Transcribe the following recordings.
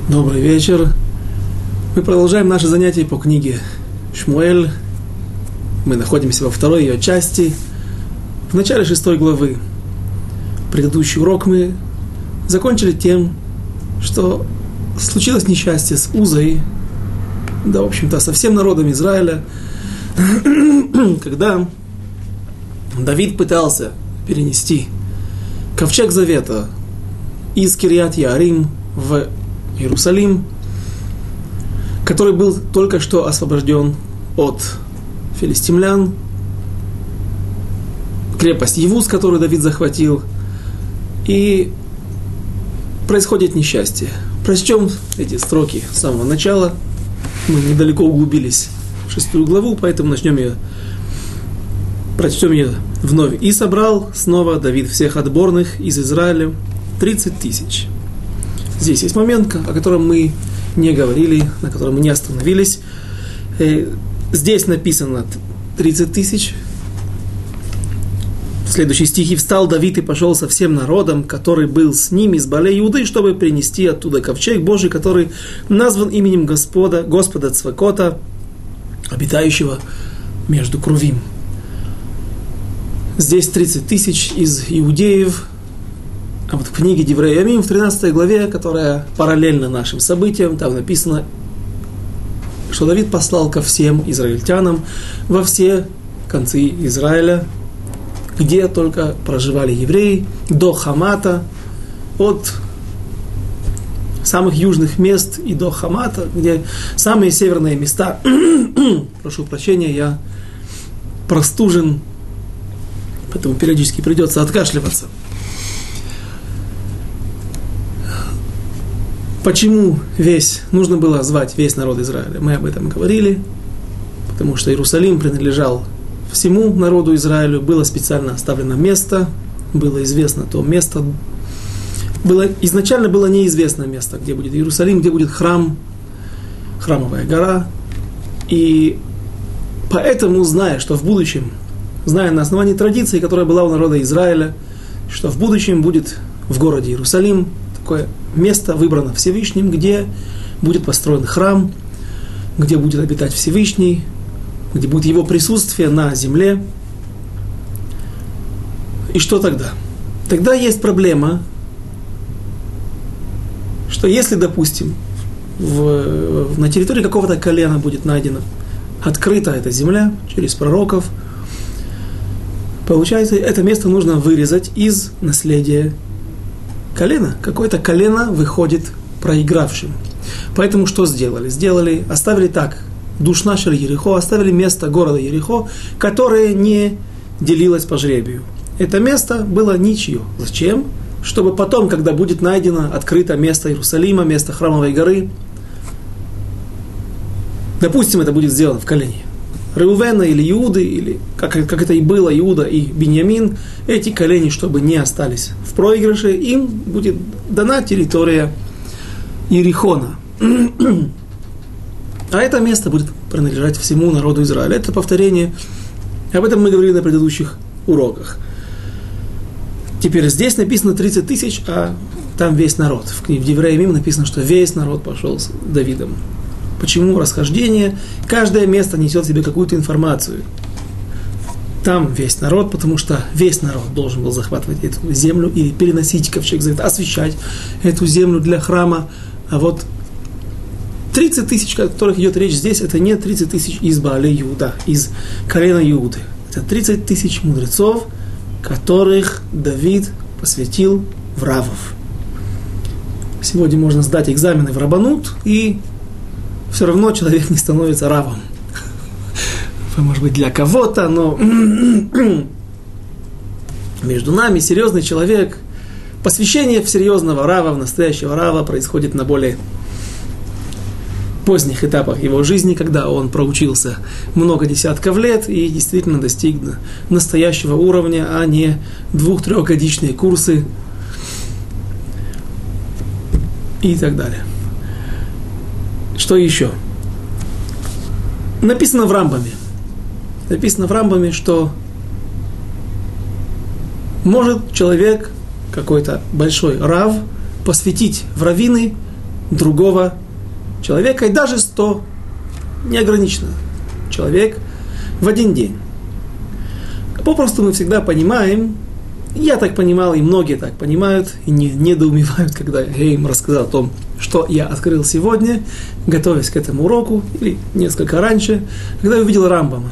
Добрый вечер. Мы продолжаем наши занятия по книге Шмуэль. Мы находимся во второй ее части, в начале 6 главы. Предыдущий урок мы закончили тем, что случилось несчастье с Узой, да, в общем-то, со всем народом Израиля, когда Давид пытался перенести ковчег Завета из Кирьят-Яарим в Иерусалим, который был только что освобожден от филистимлян, крепость Евус, которую Давид захватил, и происходит несчастье. Прочтем эти строки с самого начала. Мы недалеко углубились в 6 главу, поэтому прочтем ее вновь. «И собрал снова Давид всех отборных из Израиля 30 тысяч». Здесь есть момент, о котором мы не говорили, на котором мы не остановились. Здесь написано 30 тысяч. В следующей стихе: «Встал Давид и пошел со всем народом, который был с ним из Бале Иуды, чтобы принести оттуда ковчег Божий, который назван именем Господа Цвакота, обитающего между Крувим». Здесь 30 тысяч из иудеев. А вот в книге Деврей Ямим, в 13 главе, которая параллельна нашим событиям, там написано, что Давид послал ко всем израильтянам во все концы Израиля, где только проживали евреи, до Хамата, от самых южных мест и до Хамата, где самые северные места. Прошу прощения, я простужен, поэтому периодически придется откашливаться. Почему нужно было звать весь народ Израиля? Мы об этом говорили, потому что Иерусалим принадлежал всему народу Израилю, было специально оставлено место, было известно то место, изначально было неизвестно место, где будет Иерусалим, где будет храм, храмовая гора, и поэтому, зная, что в будущем, зная на основании традиции, которая была у народа Израиля, что в будущем будет в городе Иерусалим такое место выбрано Всевышним, где будет построен храм, где будет обитать Всевышний, где будет его присутствие на земле. И что тогда? Тогда есть что если, допустим, на территории какого-то колена будет найдена, открыта эта земля через пророков, получается, это место нужно вырезать из наследия колено. Какое-то колено выходит проигравшим. Поэтому что сделали? Оставили так, Душнашель Ерихо, оставили место города Ерихо, которое не делилось по жребию. Это место было ничье. Зачем? Чтобы потом, когда будет найдено, открыто место Иерусалима, место Храмовой горы, допустим, это будет сделано в колене Реувена или Иуды, или как это и было, Иуда и Биньямин, эти колени, чтобы не остались в проигрыше, им будет дана территория Иерихона. А это место будет принадлежать всему народу Израиля. Это повторение. Об этом мы говорили на предыдущих уроках. Теперь здесь написано 30 тысяч, а там весь народ. В Деврей Ямим написано, что весь народ пошел с Давидом. Почему расхождение? Каждое место несет в себе какую-то информацию. Там весь народ, потому что весь народ должен был захватывать эту землю или переносить ковчег Завета, освещать эту землю для храма. А вот 30 тысяч, о которых идет речь здесь, это не 30 тысяч из Баале Иуда, из колена Иуды. Это 30 тысяч мудрецов, которых Давид посвятил в равов. Сегодня можно сдать экзамены в рабанут, и все равно человек не становится равом. Может быть, для кого-то, но между нами серьезный человек, посвящение в серьезного рава, в настоящего рава происходит на более поздних этапах его жизни, когда он проучился много десятков лет и действительно достиг настоящего уровня, а не 2-3-годичные курсы и так далее. Что еще? Написано в Рамбаме, что может человек, какой-то большой рав, посвятить в раввины другого человека, и даже 100 неограниченно человек в один день. Попросту мы всегда понимаем, я так понимал, и многие так понимают, и недоумевают, когда я им рассказал о том, что я открыл сегодня, готовясь к этому уроку, или несколько раньше, когда я увидел Рамбама.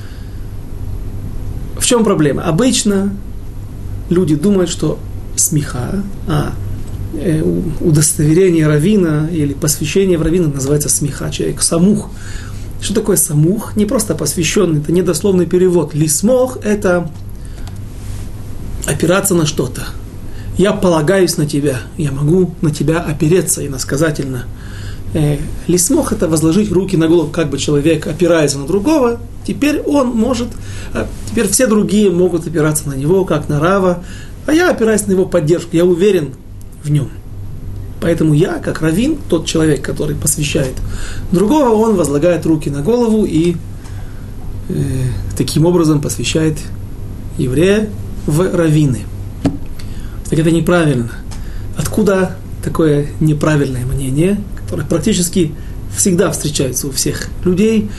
В чем проблема? Обычно люди думают, что смиха, удостоверение раввина или посвящение в раввина называется смиха, человек самух. Что такое самух? Не просто посвященный, это недословный перевод. Лисмох – это опираться на что-то. Я полагаюсь на тебя, я могу на тебя опереться иносказательно. Лисмох – это возложить руки на голову, как бы человек опирается на другого, теперь он может, теперь все другие могут опираться на него, как на Рава, а я опираюсь на его поддержку, я уверен в нем. Поэтому я, как раввин, тот человек, который посвящает другого, он возлагает руки на голову и таким образом посвящает еврея в раввины. Так это неправильно. Откуда такое неправильное мнение, которое практически всегда встречается у всех людей?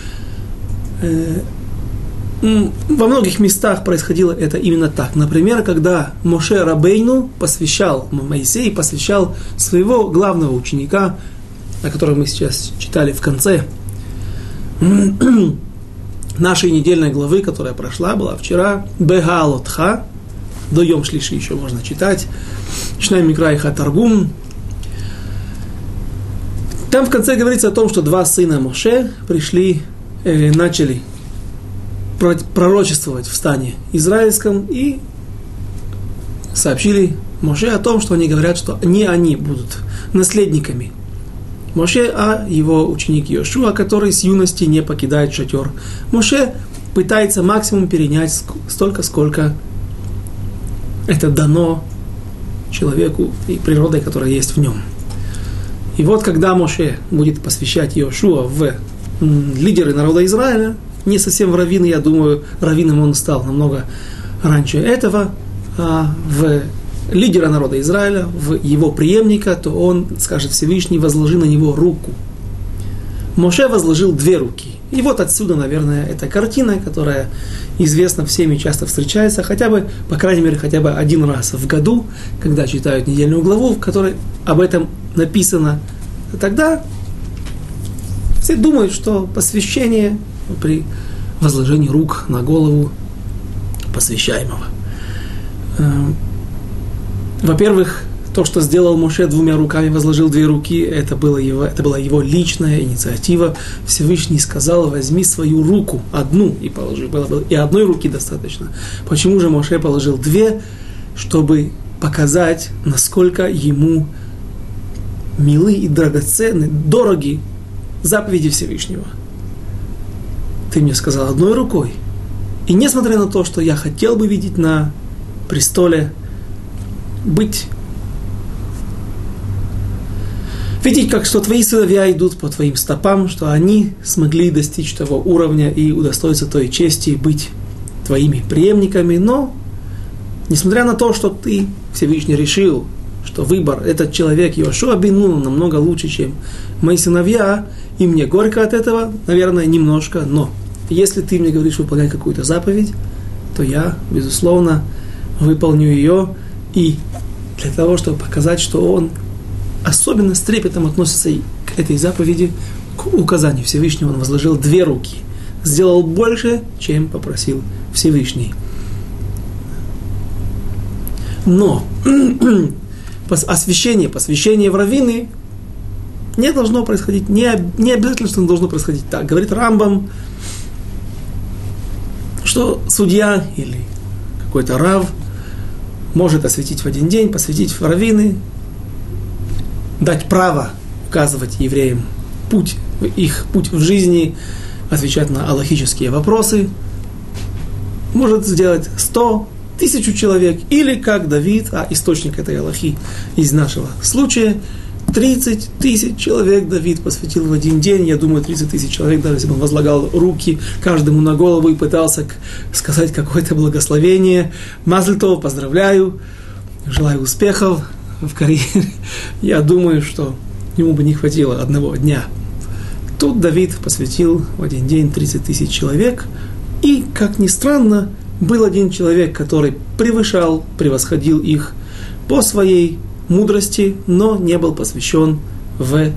Во многих местах происходило это именно так. Например, когда Моше Рабейну Моисей посвящал своего главного ученика, о котором мы сейчас читали в конце нашей недельной главы, которая была вчера, Бегаалотха, до Йом Шлиши еще можно читать, Шнай Микра и Хатаргум. Там в конце говорится о том, что два сына Моше начали пророчествовать в стане израильском и сообщили Моше о том, что они говорят, что не они будут наследниками Моше, а его ученик Йошуа, который с юности не покидает шатер. Моше пытается максимум перенять столько, сколько это дано человеку и природой, которая есть в нем. И вот когда Моше будет посвящать Йошуа в лидеры народа Израиля, не совсем в раввины, я думаю, раввином он стал намного раньше этого, а в лидера народа Израиля, в его преемника, то он скажет Всевышний: возложи на него руку. Моше возложил 2 руки. И вот отсюда, наверное, эта картина, которая известна всем и часто встречается, по крайней мере, хотя бы один раз в году, когда читают недельную главу, в которой об этом написано. Тогда все думают, что посвящение при возложении рук на голову посвящаемого. Во-первых, то, что сделал Моше 2 руками, возложил 2 руки, это была его личная инициатива. Всевышний сказал: возьми свою руку, одну, и положи. И одной руки достаточно. Почему же Моше положил 2? Чтобы показать, насколько ему милы и драгоценны, дороги заповеди Всевышнего. Ты мне сказал одной рукой. И несмотря на то, что я хотел бы видеть на престоле, видеть, как что твои сыновья идут по твоим стопам, что они смогли достичь того уровня и удостоиться той чести быть твоими преемниками, но, несмотря на то, что ты, Всевышний, решил, что выбор, этот человек, Йошуа бен Нун, намного лучше, чем мои сыновья, и мне горько от этого, наверное, немножко, но если ты мне говоришь выполнять какую-то заповедь, то я, безусловно, выполню ее, и для того, чтобы показать, что он особенно с трепетом относится и к этой заповеди, к указанию Всевышнего, он возложил 2 руки, сделал больше, чем попросил Всевышний. Но посвящение в раввины не должно происходить, не обязательно, что оно должно происходить так. Говорит Рамбам, что судья или какой-то рав может осветить в один день, посвятить в раввины, дать право указывать евреям их путь в жизни, отвечать на алахические вопросы, может сделать 100, 1000 человек, или как Давид, источник этой алахи из нашего случая, 30 000 человек Давид посвятил в один день. Я думаю, 30 000 человек, даже если бы он возлагал руки каждому на голову и пытался сказать какое-то благословение. Мазаль тов, поздравляю, желаю успехов в карьере. Я думаю, что ему бы не хватило одного дня. Тут Давид посвятил в один день 30 тысяч человек, и, как ни странно, был один человек, который превосходил их по своей мудрости, но не был посвящен в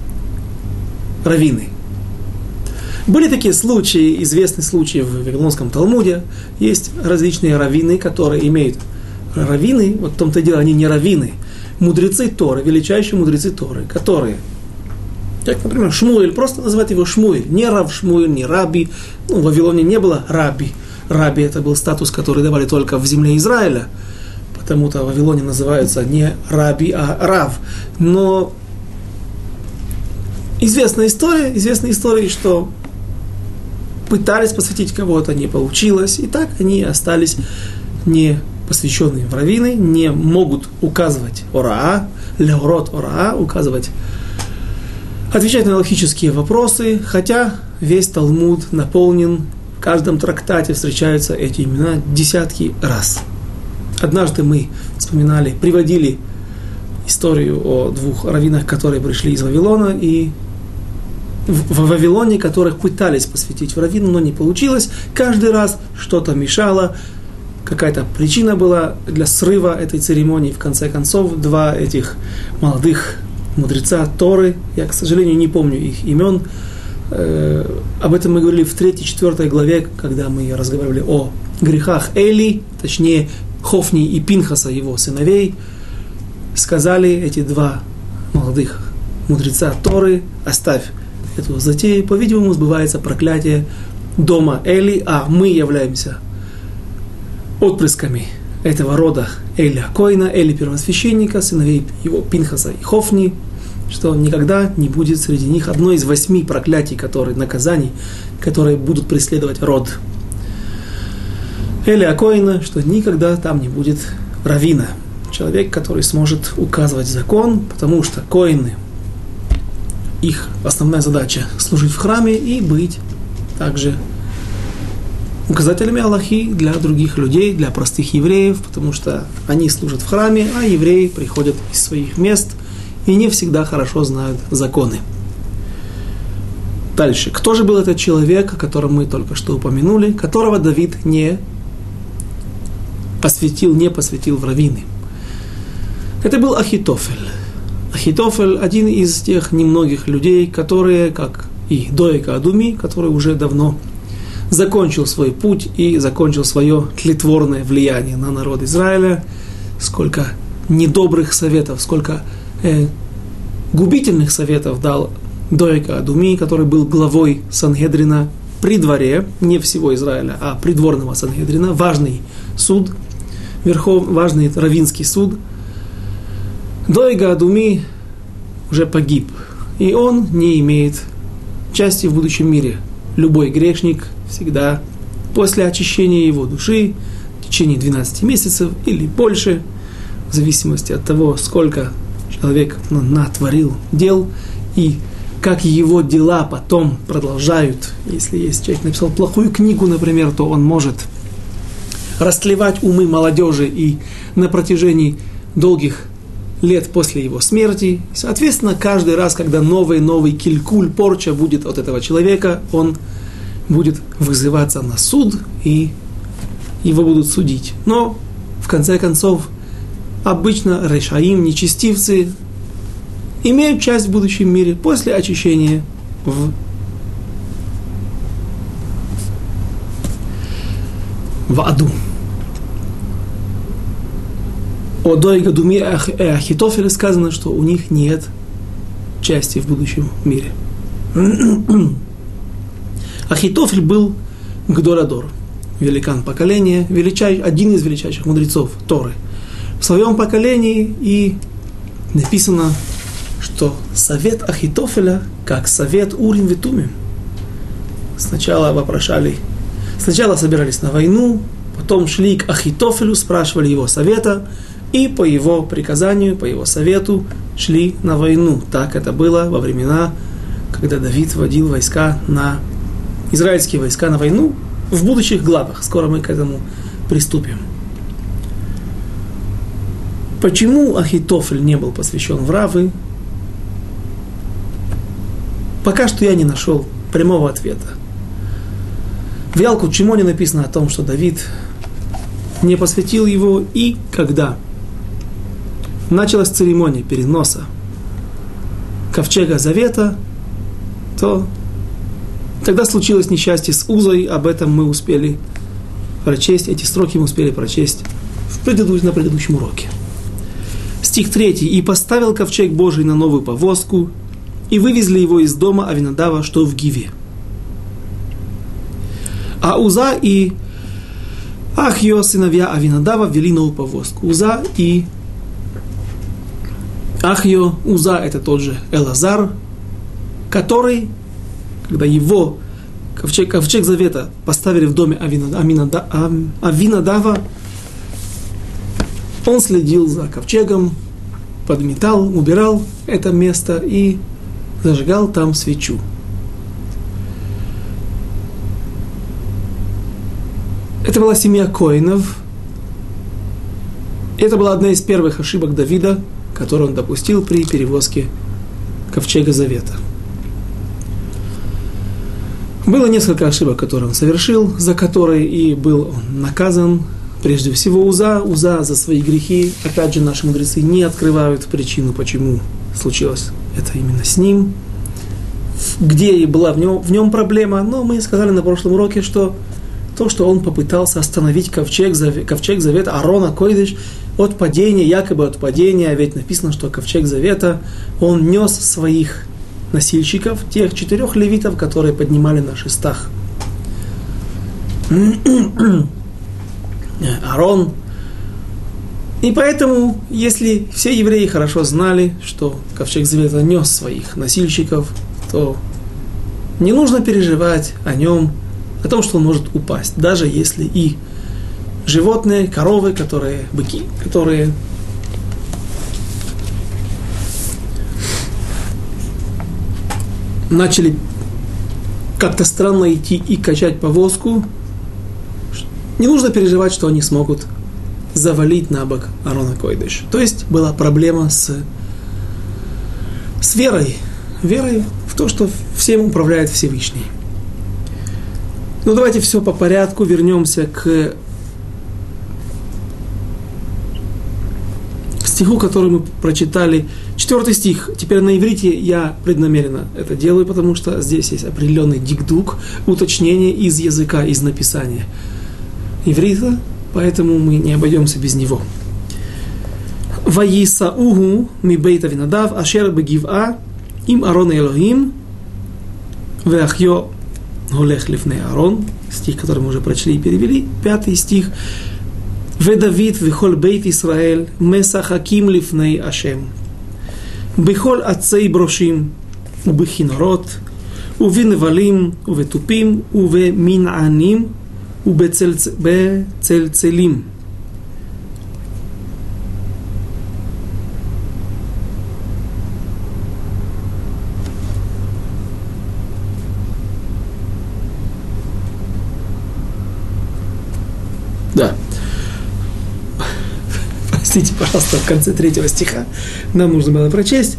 раввины. Были такие случаи, известные случаи в Вавилонском Талмуде. Есть различные раввины, которые имеют раввины, вот в том-то и дело, они не раввины, мудрецы Торы, величайшие мудрецы Торы, которые, как, например, Шмуэль, просто называют его Шмуэль, не Рав Шмуэль, не Раби. В Вавилоне не было Раби. Раби — это был статус, который давали только в земле Израиля, потому-то в Вавилоне называются не Раби, а Рав. Но известная история, что пытались посвятить кого-то, не получилось, и так они остались не посвященные в раввины, не могут указывать ораа, леорот ораа, отвечать на логические вопросы, хотя весь Талмуд наполнен, в каждом трактате встречаются эти имена десятки раз. Однажды мы приводили историю о двух раввинах, которые пришли из Вавилона, и в Вавилоне, которых пытались посвятить в раввину, но не получилось. Каждый раз что-то мешало, какая-то причина была для срыва этой церемонии. В конце концов, два этих молодых мудреца Торы, я, к сожалению, не помню их имен, об этом мы говорили в 3-4 главе, когда мы разговаривали о грехах Эли, точнее, Хофни и Пинхаса, его сыновей. Сказали эти два молодых мудреца Торы: оставь эту затею, по-видимому, сбывается проклятие дома Эли, а мы являемся отпрысками этого рода Эли Коэна, Эли первосвященника, сыновей его Пинхаса и Хофни, что никогда не будет среди них одно из 8 проклятий, наказаний, которые будут преследовать род Эли Коэна, что никогда там не будет раввина, человек, который сможет указывать закон, потому что коэны, их основная задача — служить в храме и быть также указателями Аллахи для других людей, для простых евреев, потому что они служат в храме, а евреи приходят из своих мест и не всегда хорошо знают законы. Дальше. Кто же был этот человек, о котором мы только что упомянули, которого Давид не посвятил в раввины? Это был Ахитофель. Ахитофель — один из тех немногих людей, которые, как и Доег Адуми, который уже давно закончил свой путь и закончил свое тлетворное влияние на народ Израиля. Сколько недобрых советов, сколько губительных советов дал Доег Адуми, который был главой Сангедрина при дворе, не всего Израиля, а придворного Сангедрина, важный суд, важный раввинский суд. Доег Адуми уже погиб, и он не имеет части в будущем мире. Любой грешник всегда после очищения его души в течение 12 месяцев или больше, в зависимости от того, сколько человек натворил дел и как его дела потом продолжают. Если есть человек написал плохую книгу, например, то он может растлевать умы молодежи и на протяжении долгих лет после его смерти. Соответственно, каждый раз, когда новый килькуль, порча будет от этого человека, он будет вызываться на суд, и его будут судить. Но, в конце концов, обычно решаим, нечестивцы, имеют часть в будущем мире после очищения в аду. О Доег Адуми и Ахитофеле сказано, что у них нет части в будущем мире. Ахитофель был Гдоладор, великан поколения, один из величайших мудрецов Торы. В своем поколении и написано, что совет Ахитофеля как совет Урим ве Тумим. Сначала собирались на войну, потом шли к Ахитофелю, спрашивали его совета, и по его приказанию, по его совету шли на войну. Так это было во времена, когда Давид водил израильские войска на войну в будущих главах. Скоро мы к этому приступим. Почему Ахитофель не был посвящен в раввы? Пока что я не нашел прямого ответа. В Ялкут Шимоне написано о том, что Давид не посвятил его, и когда началась церемония переноса ковчега завета, то тогда случилось несчастье с Узой, об этом мы успели прочесть, эти строки мы успели прочесть на предыдущем уроке. Стих 3. «И поставил ковчег Божий на новую повозку, и вывезли его из дома Авинадава, что в Гиве. А Уза и Ахьо, сыновья Авинадава, ввели новую повозку». Уза и Ахьо, Уза – это тот же Элазар, который, когда его ковчег завета поставили в доме Авинадава, он следил за ковчегом, подметал, убирал это место и зажигал там свечу. Это была семья Коинов. Это была одна из первых ошибок Давида, которую он допустил при перевозке ковчега завета. Было несколько ошибок, которые он совершил, за которые и был он наказан. Прежде всего Уза за свои грехи. Опять же, наши мудрецы не открывают причину, почему случилось это именно с ним, где и была в нем проблема. Но мы сказали на прошлом уроке, что то, что он попытался остановить ковчег завета Аарона Койдыш от падения, якобы от падения, ведь написано, что ковчег завета он нес своих носильщиков, тех 4 левитов, которые поднимали на шестах. Аарон. И поэтому, если все евреи хорошо знали, что ковчег завета нес своих носильщиков, то не нужно переживать о нем, о том, что он может упасть, даже если и животные, коровы, быки, которые начали как-то странно идти и качать повозку, не нужно переживать, что они смогут завалить на бок Аарона Койдыш. То есть была проблема с верой. Верой в то, что всем управляет Всевышний. Ну, давайте все по порядку. Вернемся к стиху, который мы прочитали. 4 стих. Теперь на иврите я преднамеренно это делаю, потому что здесь есть определенный дикдук, уточнение из языка, из написания иврита, поэтому мы не обойдемся без него. «Ваисаугу ми бейт Авинадав ашер бегив'a им Аарон Элохим веахьо голех лифней Аарон». Стих, который мы уже прочли и перевели. 5 стих. «Ведавид вехол бейт Исраэль месахаким лифней Ашем бехол ацей брошим убехинорот увеневалим уветупим увемин'аним ובצלצלים». Да. Простите, пожалуйста, в конце 3 стиха нам нужно было прочесть.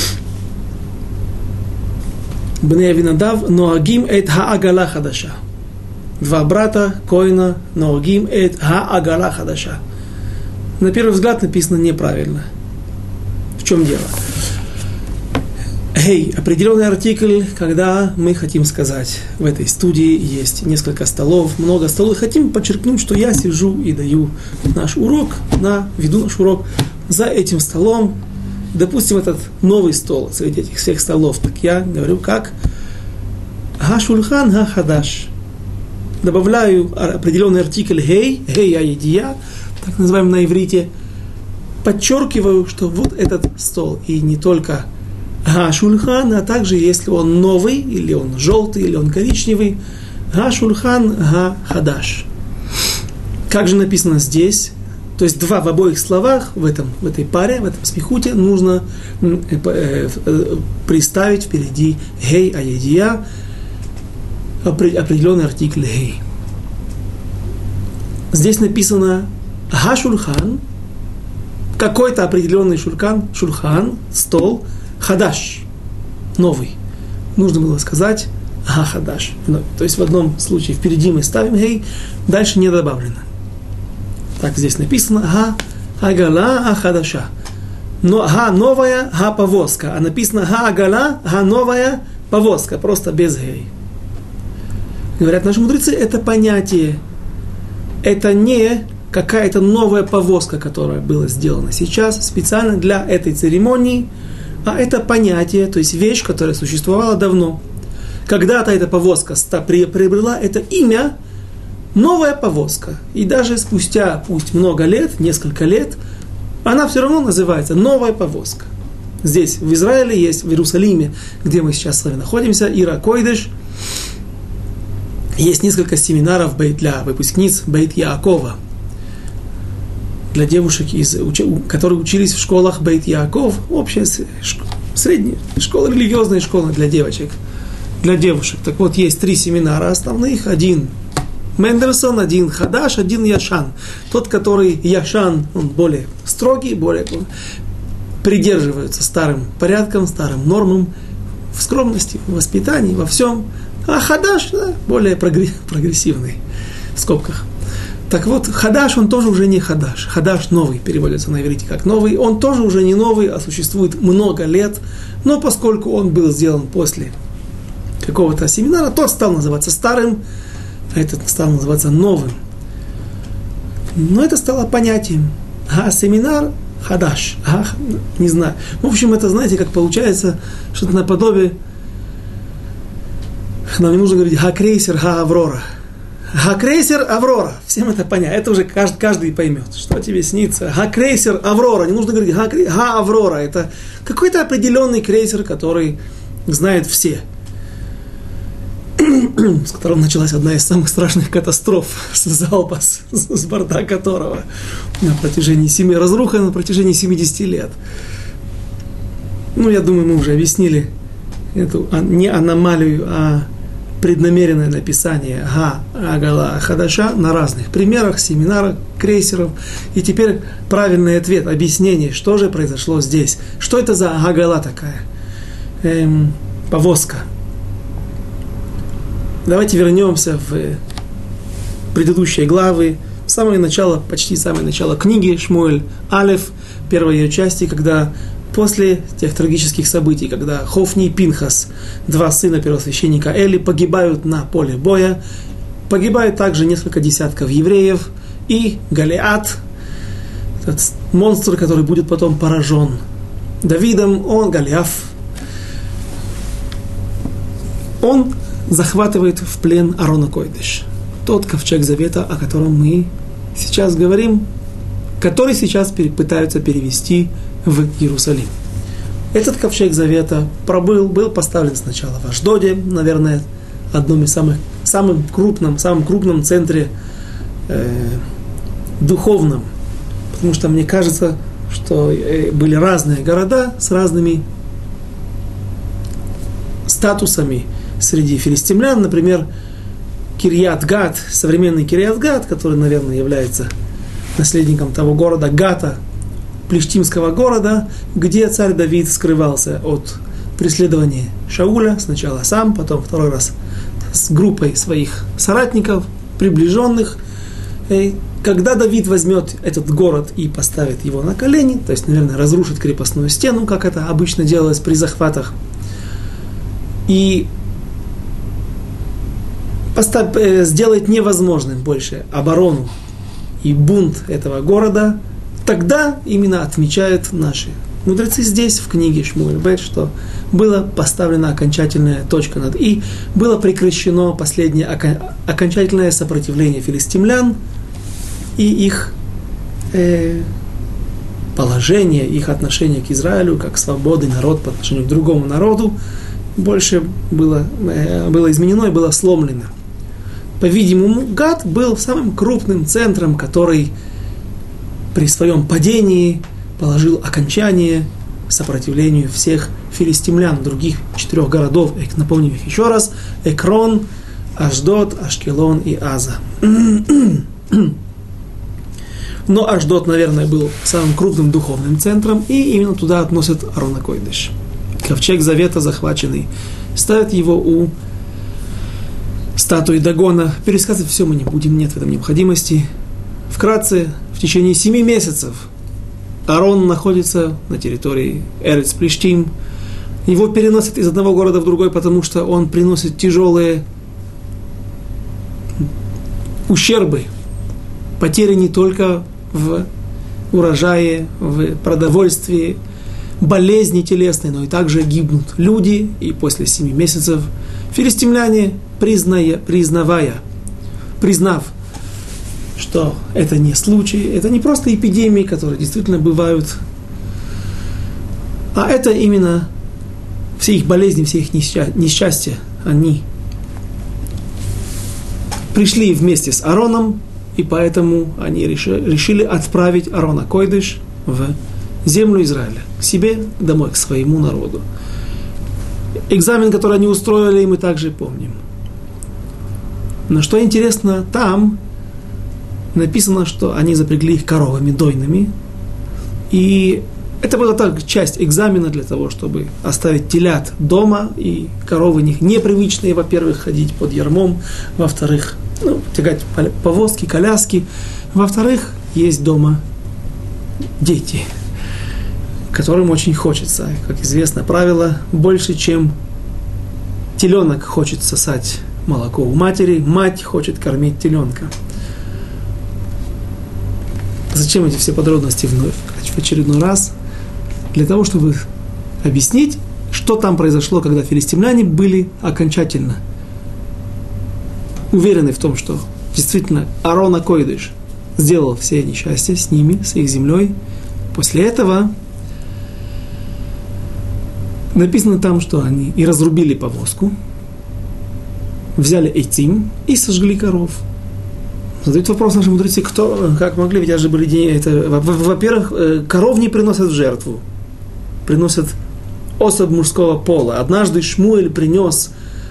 Бней Авинадав ноагим эт хаагала хадаша. 2 брата Коина ноагим эт хаагала хадаша. На первый взгляд написано неправильно. В чем дело? Определенный артикль, когда мы хотим сказать, в этой студии есть несколько столов, много столов, хотим подчеркнуть, что я сижу и даю наш урок, веду наш урок за этим столом, допустим, этот новый стол среди этих всех столов, так я говорю как «Ха-шульхан ха-хадаш». Добавляю определенный артикль «хей», так называемый на иврите, подчеркиваю, что вот этот стол, и не только Га-шульхан, а также если он новый, или он желтый, или он коричневый, Га-шульхан га-хадаш. Как же написано здесь? То есть в обоих словах, в этой паре, в этом смехуте, нужно приставить впереди гей аедия, определенный артикль гей. Здесь написано Га-шульхан, какой-то определенный шульхан, стол, хадаш, новый. нужно было сказать га хадаш. То есть в одном случае впереди мы ставим гей, дальше не добавлено. Так здесь написано га агала ахадаша. Но га новая, га повозка. А написано га агала, га новая повозка. Просто без гей. Говорят наши мудрецы, это понятие. Это не какая-то новая повозка, которая была сделана сейчас специально для этой церемонии, а это понятие, то есть вещь, которая существовала давно. Когда-то эта повозка приобрела это имя новая повозка. И даже спустя, пусть много лет, несколько лет, она все равно называется новая повозка. Здесь, в Израиле, есть, в Иерусалиме, где мы сейчас с вами находимся, Ира Койдеш, есть несколько семинаров для выпускниц Бейт Яакова, для девушек, которые учились в школах Бейт Яаков, общая средняя школа, религиозная школа для девочек, для девушек. Так вот, есть 3 семинара основных, один Мендельсон, один Хадаш, один Яшан. Тот, который Яшан, он более строгий, более придерживается старым порядкам, старым нормам, в скромности, в воспитании, во всем. А Хадаш, да, более прогрессивный, в скобках. Так вот, Хадаш, он тоже уже не Хадаш. Хадаш новый, переводится на иврите как новый. Он тоже уже не новый, а существует много лет. Но поскольку он был сделан после какого-то семинара, тот стал называться старым, а этот стал называться новым. Но это стало понятием. Семинар Хадаш. Не знаю. В общем, это, знаете, как получается, что-то наподобие. Нам не нужно говорить крейсер, Аврора. Крейсер Аврора. Всем это понятно. Это уже каждый поймет, что тебе снится. Крейсер Аврора. Не нужно говорить Аврора. Это какой-то определенный крейсер, который знают все. С которым началась одна из самых страшных катастроф с залпа, с борта которого на протяжении разруха на протяжении 70 лет. Я думаю, мы уже объяснили эту не аномалию, а преднамеренное написание Агала Хадаша на разных примерах, семинарах, крейсеров. И теперь правильный ответ, объяснение, что же произошло здесь. Что это за Агала такая? Повозка. Давайте вернемся в предыдущие главы, в самое начало, почти самое начало книги Шмуэль Алеф, первой ее части, когда после тех трагических событий, когда Хофни и Пинхас, 2 сына первосвященника Эли, погибают на поле боя, погибают также несколько десятков евреев, и Голиат, этот монстр, который будет потом поражен Давидом, Голиаф, он захватывает в плен Арона Койдеш, тот ковчег завета, о котором мы сейчас говорим, который сейчас пытаются перевести в Иерусалим. Этот ковчег завета был поставлен сначала в Ашдоде, наверное, одном из самым крупном центре духовном, потому что мне кажется, что были разные города с разными статусами среди филистимлян, например, Кирьят-Гат, современный Кирьят-Гат, который, наверное, является наследником того города Гата, плештимского города, где царь Давид скрывался от преследования Шауля, сначала сам, потом второй раз с группой своих соратников, приближенных. И когда Давид возьмет этот город и поставит его на колени, то есть, наверное, разрушит крепостную стену, как это обычно делалось при захватах, и сделает невозможным больше оборону и бунт этого города, тогда именно отмечают наши мудрецы здесь, в книге Шмуэль Бет, что была поставлена окончательная точка над «и», было прекращено последнее окончательное сопротивление филистимлян и их положение, их отношение к Израилю, как свободный народ по отношению к другому народу, больше было изменено и было сломлено. По-видимому, Гат был самым крупным центром, который при своем падении положил окончание сопротивлению всех филистимлян, других 4 городов, напомню их еще раз: Экрон, Ашдод, Ашкелон и Аза. Но Ашдод, наверное, был самым крупным духовным центром, и именно туда относят Арона Койдеш. Ковчег Завета, захваченный ставят его у статуи Дагона. Пересказывать все мы не будем, нет в этом необходимости. Вкратце, в течение 7 месяцев Аарон находится на территории Эрец Плештим. Его переносят из одного города в другой, потому что он приносит тяжелые ущербы, потери не только в урожае, в продовольствии, болезни телесные, но и также гибнут люди. И после 7 месяцев филистимляне, признав, что это не случай, это не просто эпидемии, которые действительно бывают, а это именно все их болезни, все их несчастья, они пришли вместе с Аароном, и поэтому они решили отправить Аарона Койдыш в землю Израиля, к себе домой, к своему народу. Экзамен, который они устроили, мы также помним. Но что интересно, там написано, что они запрягли их коровами дойными, и это была так часть экзамена для того, чтобы оставить телят дома, и коровы непривычные, во-первых, ходить под ярмом, во-вторых, тягать повозки, коляски, во-вторых, есть дома дети, которым очень хочется. Как известно правило, больше, чем теленок хочет сосать молоко у матери, мать хочет кормить теленка. Зачем эти все подробности вновь? В очередной раз. Для того, чтобы объяснить, что там произошло, когда филистимляне были окончательно уверены в том, что действительно Аарон Койдыш сделал все несчастья с ними, с их землей. После этого написано там, что они и разрубили повозку, взяли эйцим и сожгли коров. Задают вопрос наши мудрецы, как могли, ведь же были дни. Во-первых, коров не приносят в жертву, приносят особь мужского пола. Однажды Шмуэль принес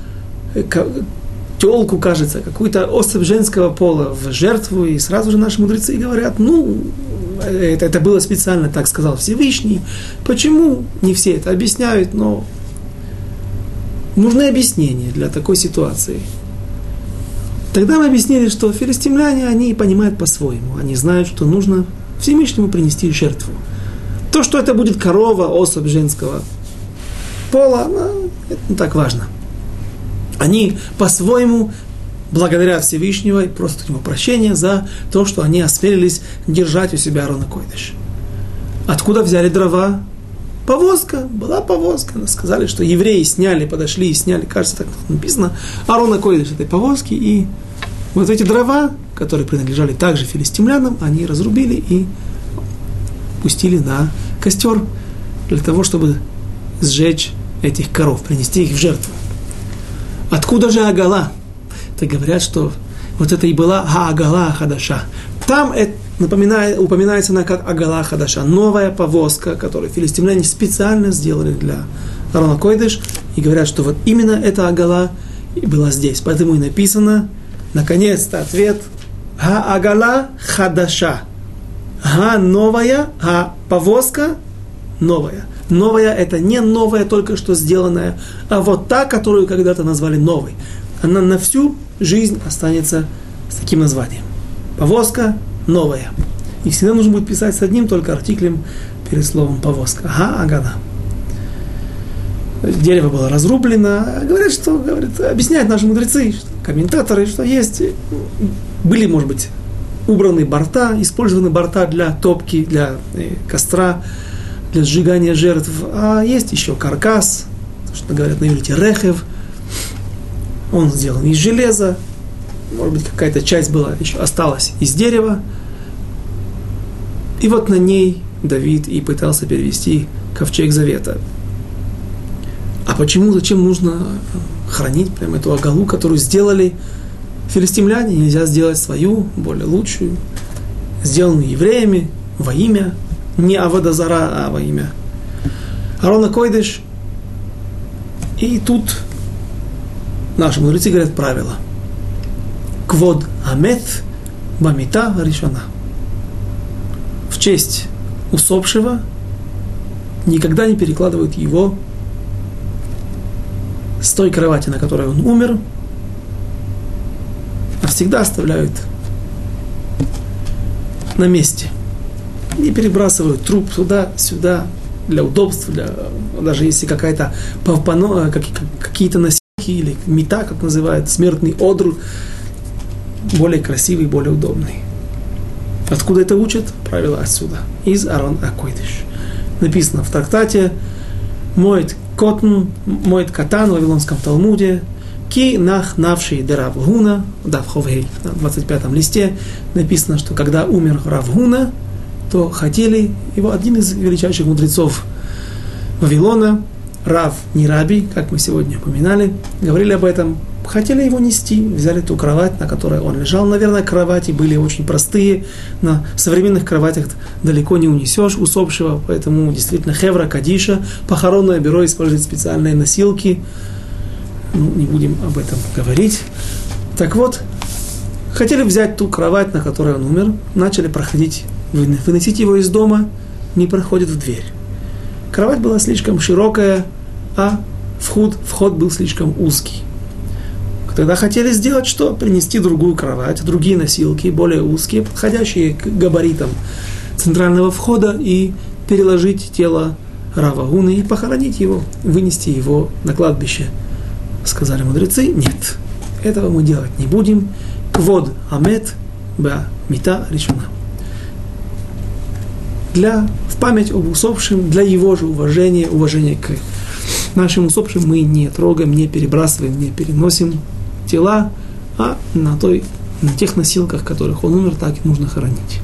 телку, кажется, какую-то особь женского пола в жертву, и сразу же наши мудрецы говорят, это было специально, так сказал Всевышний. Почему? Не все это объясняют, но нужны объяснения для такой ситуации. Тогда мы объяснили, что филистимляне, они понимают по-своему. Они знают, что нужно Всевышнему принести жертву. То, что это будет корова, особь женского пола, это не так важно. Они по-своему благодарят Всевышнего и просят у него прощения за то, что они осмелились держать у себя Аарона Койдыш. Откуда взяли дрова? Повозка, была повозка. Сказали, что евреи подошли и сняли, кажется, так написано, Аарона Койдыш этой повозки, и вот эти дрова, которые принадлежали также филистимлянам, они разрубили и пустили на костер для того, чтобы сжечь этих коров, принести их в жертву. Откуда же Агала? Так говорят, что вот это и была Агала Хадаша. Там упоминается она как Агала Хадаша, новая повозка, которую филистимляне специально сделали для Аарона Койдыш, и говорят, что вот именно эта Агала и была здесь. Поэтому и написано, наконец-то, ответ Агала Хадаша. Новая, повозка новая. Новая – это не новая, только что сделанная, а вот та, которую когда-то назвали новой. Она на всю жизнь останется с таким названием. Повозка новая. И всегда нужно будет писать с одним только артиклем перед словом повозка. Агала. Дерево было разрублено. Объясняют наши мудрецы, комментаторы, что есть, были, может быть, убраны борта, использованы борта для топки, для костра, для сжигания жертв, а есть еще каркас, что говорят на иврите рехев, он сделан из железа, может быть, какая-то часть была еще осталась из дерева, и вот на ней Давид и пытался перевести ковчег завета. А зачем нужно хранить прямо эту агалу, которую сделали филистимляне? Нельзя сделать свою, более лучшую, сделанную евреями во имя, не авода зара, а во имя Аарона Койдыш. И тут наши мудрецы говорят правило. Квод амет бамита ришона. В честь усопшего никогда не перекладывают его с той кровати, на которой он умер, навсегда оставляют на месте. Не перебрасывают труп туда-сюда для удобства, даже если какие-то носилки или мета, как называют, смертный одр, более красивый, более удобный. Откуда это учат? Правило отсюда. Из Арон ха-Койдеш. Написано в трактате Моэд Катан в Вавилонском Талмуде Ки нах навший де Рав Гуна, да, в Ховгей, на 25-м листе написано, что когда умер Рав Гуна, то хотели его, один из величайших мудрецов Вавилона, Рав Нираби, как мы сегодня упоминали, говорили об этом, хотели его нести, взяли ту кровать, на которой он лежал. Наверное, кровати были очень простые, на современных кроватях далеко не унесешь усопшего, поэтому действительно Хевра Кадиша, похоронное бюро использует специальные носилки. Не будем об этом говорить. Так вот, хотели взять ту кровать, на которой он умер, начали проходить, выносить его из дома, не проходит в дверь. Кровать была слишком широкая, а вход был слишком узкий. Тогда хотели сделать что? Принести другую кровать, другие носилки, более узкие, подходящие к габаритам центрального входа, и переложить тело Рава Гуны и похоронить его, вынести его на кладбище. Сказали мудрецы, нет, этого мы делать не будем. Квод амет ба мита решена. В память об усопшем, для его же уважения к нашим усопшим мы не трогаем, не перебрасываем, не переносим тела, а на тех носилках, в которых он умер, так и нужно хоронить.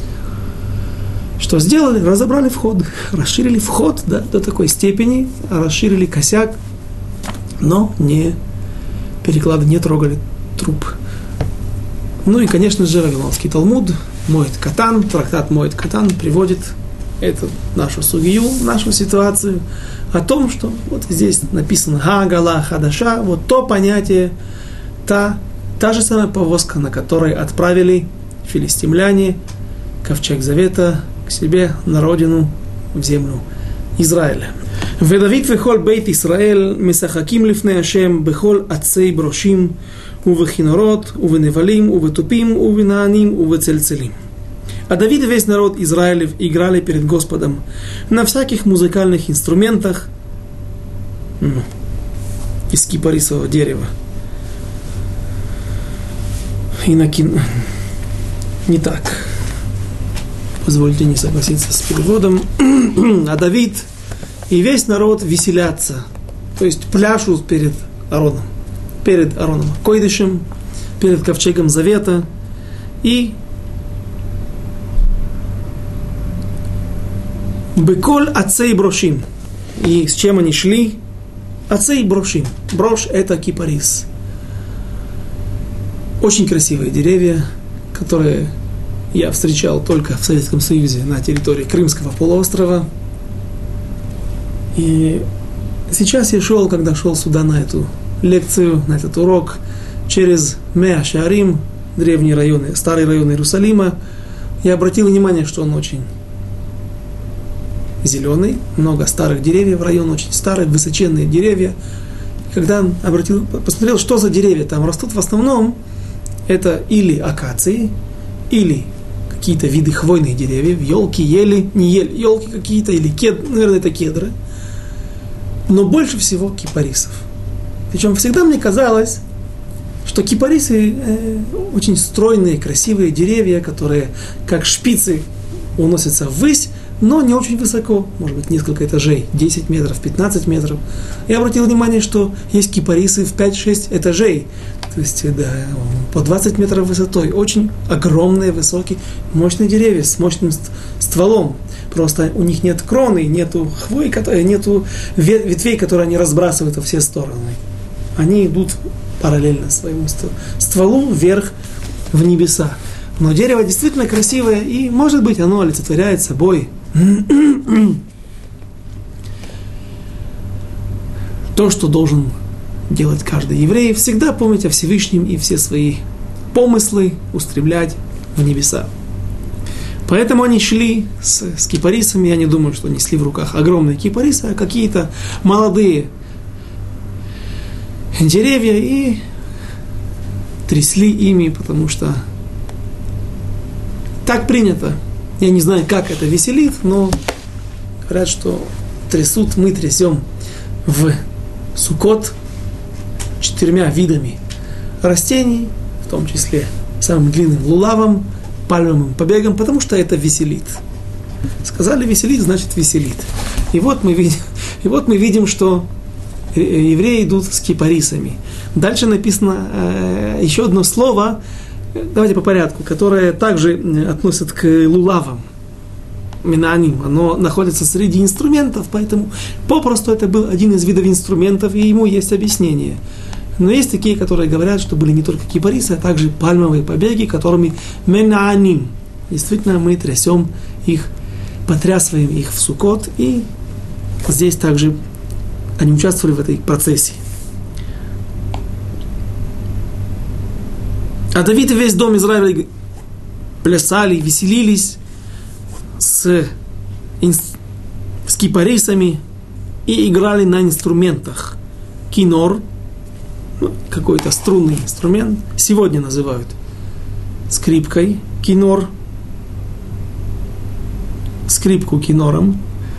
Что сделали? Разобрали вход, расширили вход до такой степени, расширили косяк, но не трогали труп. Ну и, конечно же, Вавилонский Талмуд, Моэд Катан, трактат Моэд Катан приводит эту нашу сугию, нашу ситуацию о том, что вот здесь написано Хагала Хадаша, вот то понятие, та же самая повозка, на которой отправили филистимляне ковчег завета к себе на родину, в землю Израиля. ודוד וכל בית ישראל משחקים לפני השם בכל עצי ברושים ובכינורות ובנבלים ובתופים ובנענים ובצלצלים. А Давид и весь народ Израилев играли перед Господом на всяких музыкальных инструментах из кипарисового дерева. И не так. Позвольте не согласиться с переводом. А Давид и весь народ веселятся, то есть пляшут перед Ароном Койдышем, перед ковчегом завета, и беколь ацей брошим. И с чем они шли? Ацей брошим. Брош – это кипарис. Очень красивые деревья, которые я встречал только в Советском Союзе на территории Крымского полуострова. И сейчас я когда шел сюда на эту лекцию, на этот урок, через Меа Шаарим, древние районы, старые районы Иерусалима, я обратил внимание, что он очень зеленый, много старых деревьев, район очень старый, высоченные деревья. Когда посмотрел, что за деревья там растут, в основном это или акации, или какие-то виды хвойных деревьев, елки, ели, не ели, елки какие-то, или наверное, это кедры. Но больше всего кипарисов. Причем всегда мне казалось, что кипарисы очень стройные, красивые деревья, которые как шпицы уносятся ввысь, но не очень высоко, может быть, несколько этажей, 10 метров, 15 метров. Я обратил внимание, что есть кипарисы в 5-6 этажей, то есть по 20 метров высотой, очень огромные, высокие, мощные деревья с мощным стволом. Просто у них нет кроны, нету хвои, нету ветвей, которые они разбрасывают во все стороны. Они идут параллельно своему стволу вверх в небеса. Но дерево действительно красивое, и, может быть, оно олицетворяет собой то, что должен делать каждый еврей, всегда помнить о Всевышнем и все свои помыслы устремлять в небеса. Поэтому они шли с кипарисами, я не думаю, что несли в руках огромные кипарисы, а какие-то молодые деревья и трясли ими, потому что так принято. Я не знаю, как это веселит, но говорят, что мы трясем в Суккот 4 видами растений, в том числе самым длинным лулавом, пальмовым побегом, потому что это веселит. Сказали веселит, значит веселит. И вот мы видим, что евреи идут с кипарисами. Дальше написано еще одно слово, давайте по порядку, которое также относится к лулавам. Минаним, оно находится среди инструментов, поэтому попросту это был один из видов инструментов, и ему есть объяснение. Но есть такие, которые говорят, что были не только кипарисы, а также пальмовые побеги, которыми минаним. Действительно, мы трясем их, потрясываем их в Суккот, и здесь также они участвовали в этой процессе. А Давид и весь дом Израиля плясали, веселились с кипарисами и играли на инструментах. Кинор, какой-то струнный инструмент, сегодня называют скрипкой, кинор, скрипку кинором,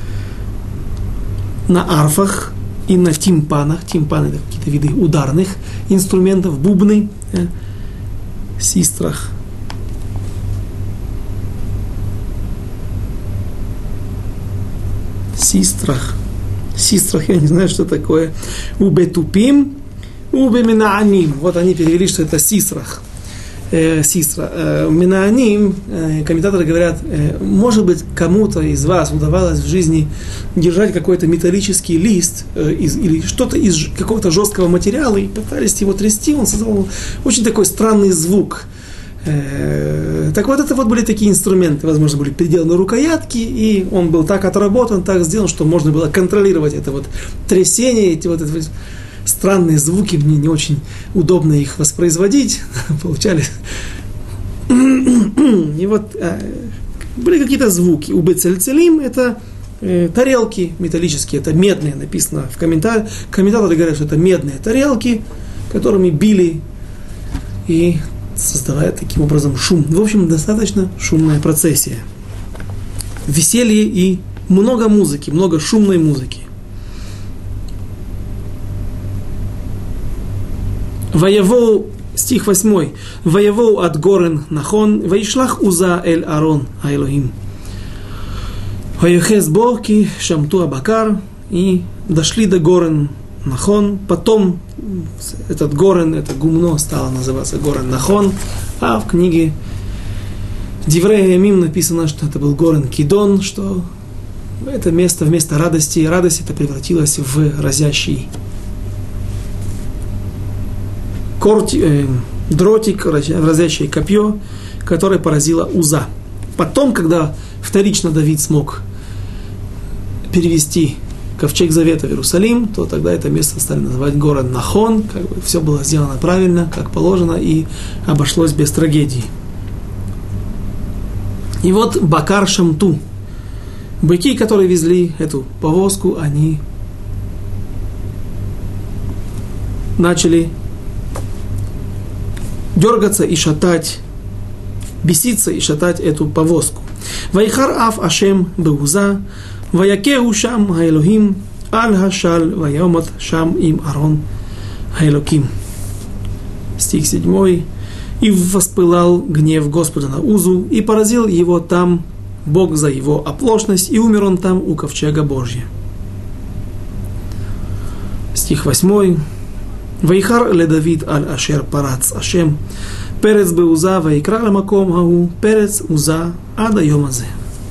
на арфах и на тимпанах. Тимпаны — это какие-то виды ударных инструментов, бубны, систрах. Систрах, я не знаю, что такое. Убетупим, убеминааним. Вот они перевели, что это систрах. Минааним, комментаторы говорят, может быть, кому-то из вас удавалось в жизни держать какой-то металлический лист или что-то из какого-то жесткого материала и пытались его трясти, он создавал очень такой странный звук. Так вот, это вот были такие инструменты, возможно, были переделаны рукоятки, и он был так отработан, так сделан, что можно было контролировать это вот трясение, эти вот странные звуки, мне не очень удобно их воспроизводить, получались. И вот были какие-то звуки. Убецельцелим — это тарелки металлические, это медные, написано в комментариях. Комментаторы говорят, что это медные тарелки, которыми били и создавая таким образом шум. В общем, достаточно шумная процессия. Веселье и много музыки, много шумной музыки. Воевоу, стих 8. Воевоу от горен нахон, ваишлах уза эль арон аэлохим. Воехез боки шамту абакар, и дошли до горен нахон. Потом этот горен, это гумно стало называться горен нахон, а в книге Диврей Ямим написано, что это был горен Кидон, что это место вместо радости, радость это превратилась в разящий дротик, разящее копье, которое поразило Уза. Потом, когда вторично Давид смог перевести ковчег Завета в Иерусалим, то тогда это место стали называть город Нахон, как бы все было сделано правильно, как положено, и обошлось без трагедии. И вот Бакар Шамту, быки, которые везли эту повозку, они начали дергаться и шатать, беситься и шатать эту повозку. Вайхар аф Ашем беуза, ваякеу шам хаэлохим, аль хашаль, ваямат шам им арон хаэлоким. Стих 7. И воспылал гнев Господа на Узу, и поразил его там Бог за его оплошность, и умер он там у ковчега Божья. Стих 8. Вайхар ле Давид аль ашер парац Ашем, перец беуза, вайкра ламаком хау, перец уза ада йомазе.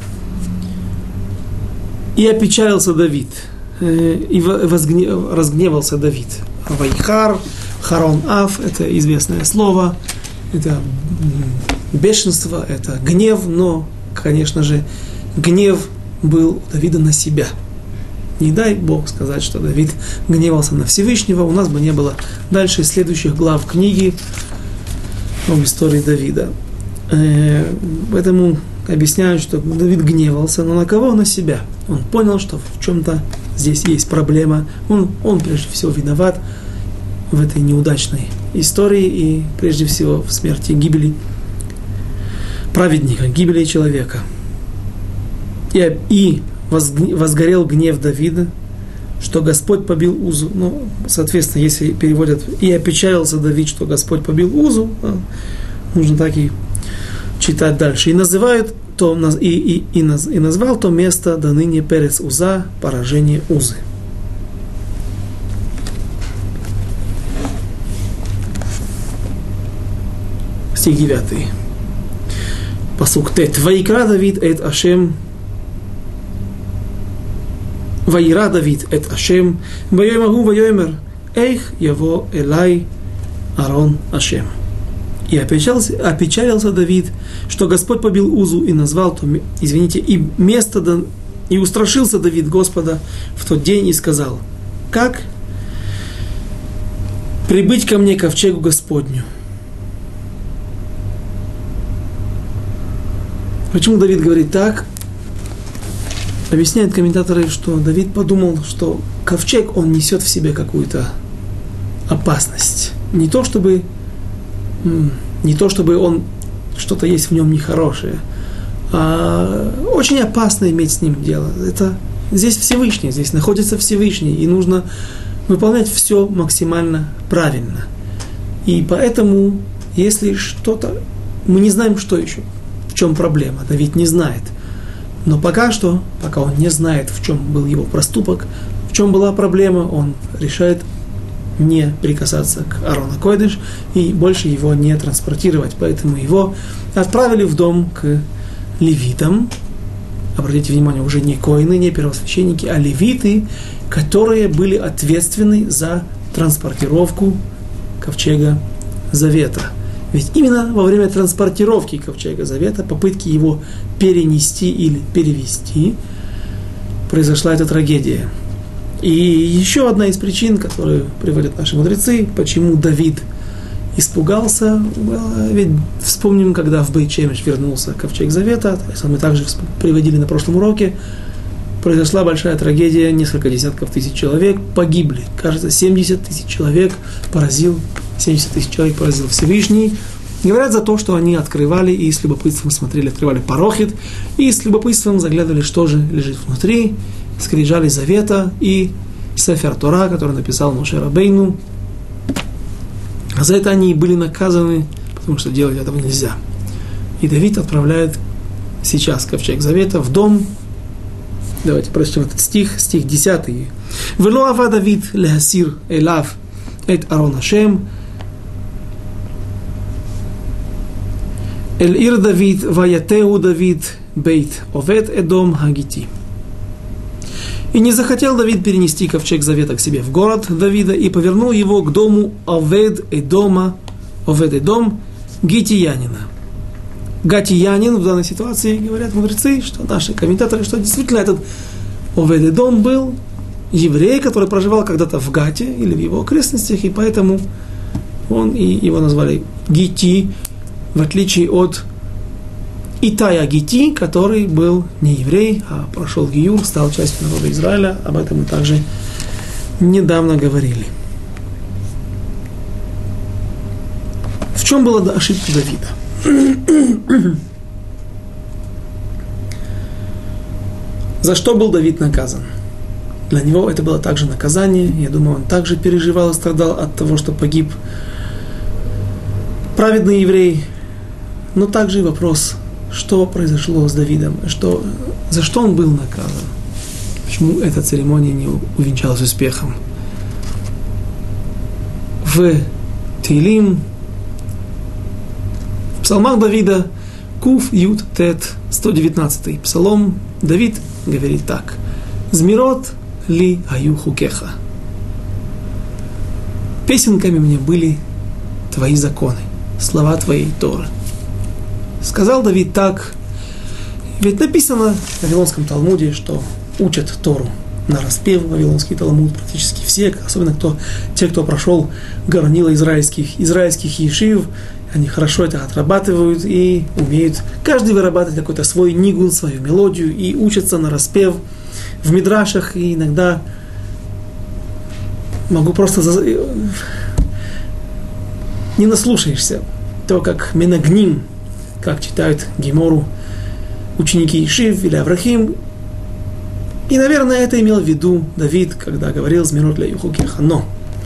И опечалился Давид, и разгневался Давид. Вайхар, харон аф, это известное слово, это бешенство, это гнев, но, конечно же, гнев был Давида на себя. Не дай Бог сказать, что Давид гневался на Всевышнего, у нас бы не было дальше следующих глав книги об истории Давида. Поэтому объясняют, что Давид гневался, но на кого? На себя. Он понял, что в чем-то здесь есть проблема, он прежде всего виноват, в этой неудачной истории и, прежде всего, в смерти, гибели праведника, гибели человека. И возгорел гнев Давида, что Господь побил Узу. Ну, соответственно, если переводят «и опечалился Давид, что Господь побил Узу», нужно так и читать дальше. И называют и назвал то место до ныне Перец Уза, поражение Узы. Стих 9. Пасук Тет. Ваикра Давид эт Ашем. Ваира Давид эт Ашем. Вайомагу вайомер. Эйх яво элай Арон Ашем. И опечалился Давид, что Господь побил Узу и назвал то, и место, и устрашился Давид Господа в тот день и сказал: как прибыть ко мне ковчегу Господню? Почему Давид говорит так? Объясняют комментаторы, что Давид подумал, что ковчег, он несет в себе какую-то опасность. Не то чтобы он, что-то есть в нем нехорошее, а очень опасно иметь с ним дело. Это здесь Всевышний, здесь находится Всевышний, и нужно выполнять все максимально правильно. И поэтому, если что-то, мы не знаем, что еще, в чем проблема, Давид не знает. Но пока он не знает, в чем был его проступок, в чем была проблема, он решает не прикасаться к Аарон ха-Койдеш и больше его не транспортировать. Поэтому его отправили в дом к левитам. Обратите внимание, уже не коины, не первосвященники, а левиты, которые были ответственны за транспортировку ковчега Завета. Ведь именно во время транспортировки ковчега Завета, попытки его перенести или перевести, произошла эта трагедия. И еще одна из причин, которые приводят наши мудрецы, почему Давид испугался, ведь вспомним, когда в Бейт-Шемеш вернулся ковчег Завета, то есть мы также приводили на прошлом уроке, произошла большая трагедия, несколько десятков тысяч человек погибли. Кажется, 70 тысяч человек поразил Всевышний. Говорят за то, что они открывали и с любопытством смотрели, открывали парохит, и с любопытством заглядывали, что же лежит внутри, скрижали Завета и Сефер Тора, который написал Моше Рабейну. А за это они были наказаны, потому что делать этого нельзя. И Давид отправляет сейчас ковчег Завета в дом. Давайте прочтем этот стих 10. «Вело ава Давид лехасир элав эт Арон Ашем, эль ир Давид ваятеу Давид бейт овед Эдом хагити». И не захотел Давид перенести ковчег Завета к себе в город Давида и повернул его к дому Овед-Эдом, гитиянина. Гатиянин в данной ситуации, говорят мудрецы, что наши комментаторы, что действительно этот Овед-Эдом был еврей, который проживал когда-то в Гате или в его окрестностях, и поэтому его назвали Гити, в отличие от Итая Гити, который был не еврей, а прошел гиюр, стал частью народа Израиля. Об этом мы также недавно говорили. В чем была ошибка Давида? За что был Давид наказан? Для него это было также наказание. Я думаю, он также переживал и страдал от того, что погиб праведный еврей. Но также и вопрос, что произошло с Давидом, за что он был наказан, почему эта церемония не увенчалась успехом. В Теилим, в псалмах Давида, Куф Ют Тет, 119 псалом, Давид говорит так: «Змирот ли аю хукеха». Песенками мне были твои законы, слова твоей Торы. Сказал Давид так, ведь написано в Вавилонском Талмуде, что учат Тору на распев, Вавилонский Талмуд практически все, особенно те, кто прошел горнило израильских ешив, они хорошо это отрабатывают и умеют, каждый вырабатывать какой-то свой нигун, свою мелодию и учатся на распев в мидрашах, и иногда могу просто не наслушаешься, то как менагним, как читают Гемору ученики Ишив или Аврахим. И, наверное, это имел в виду Давид, когда говорил «Змирот ля юхуки хано».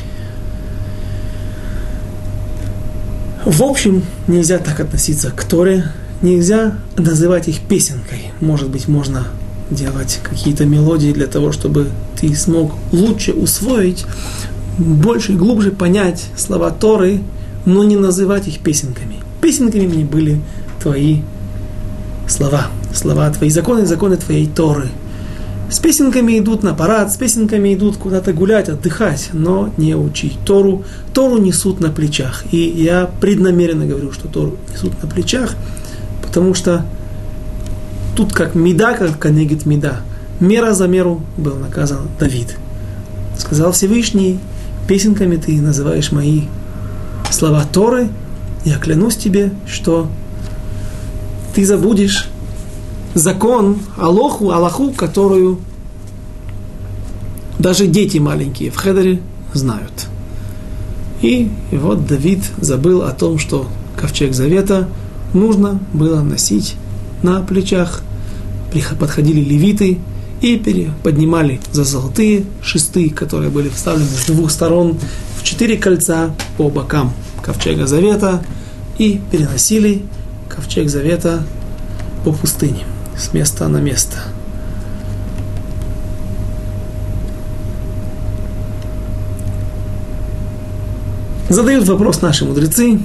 В общем, нельзя так относиться к Торе, нельзя называть их песенкой. Может быть, можно делать какие-то мелодии для того, чтобы ты смог лучше усвоить, больше и глубже понять слова Торы, но не называть их песенками. Песенками мне были твои слова, твои законы, законы твоей Торы. С песенками идут на парад, с песенками идут куда-то гулять, отдыхать, но не учить Тору. Тору несут на плечах. И я преднамеренно говорю, что Тору несут на плечах, потому что тут как меда, как канегит меда. Мера за меру был наказан Давид. Сказал Всевышний: песенками ты называешь мои слова Торы. Я клянусь тебе, что ты забудешь закон, Аллаху, которую даже дети маленькие в хедере знают. И вот Давид забыл о том, что ковчег завета нужно было носить на плечах. Подходили левиты и поднимали за золотые шесты, которые были вставлены с двух сторон в 4 кольца по бокам ковчега завета, и переносили ковчег завета по пустыне с места на место. Задают вопрос наши мудрецы.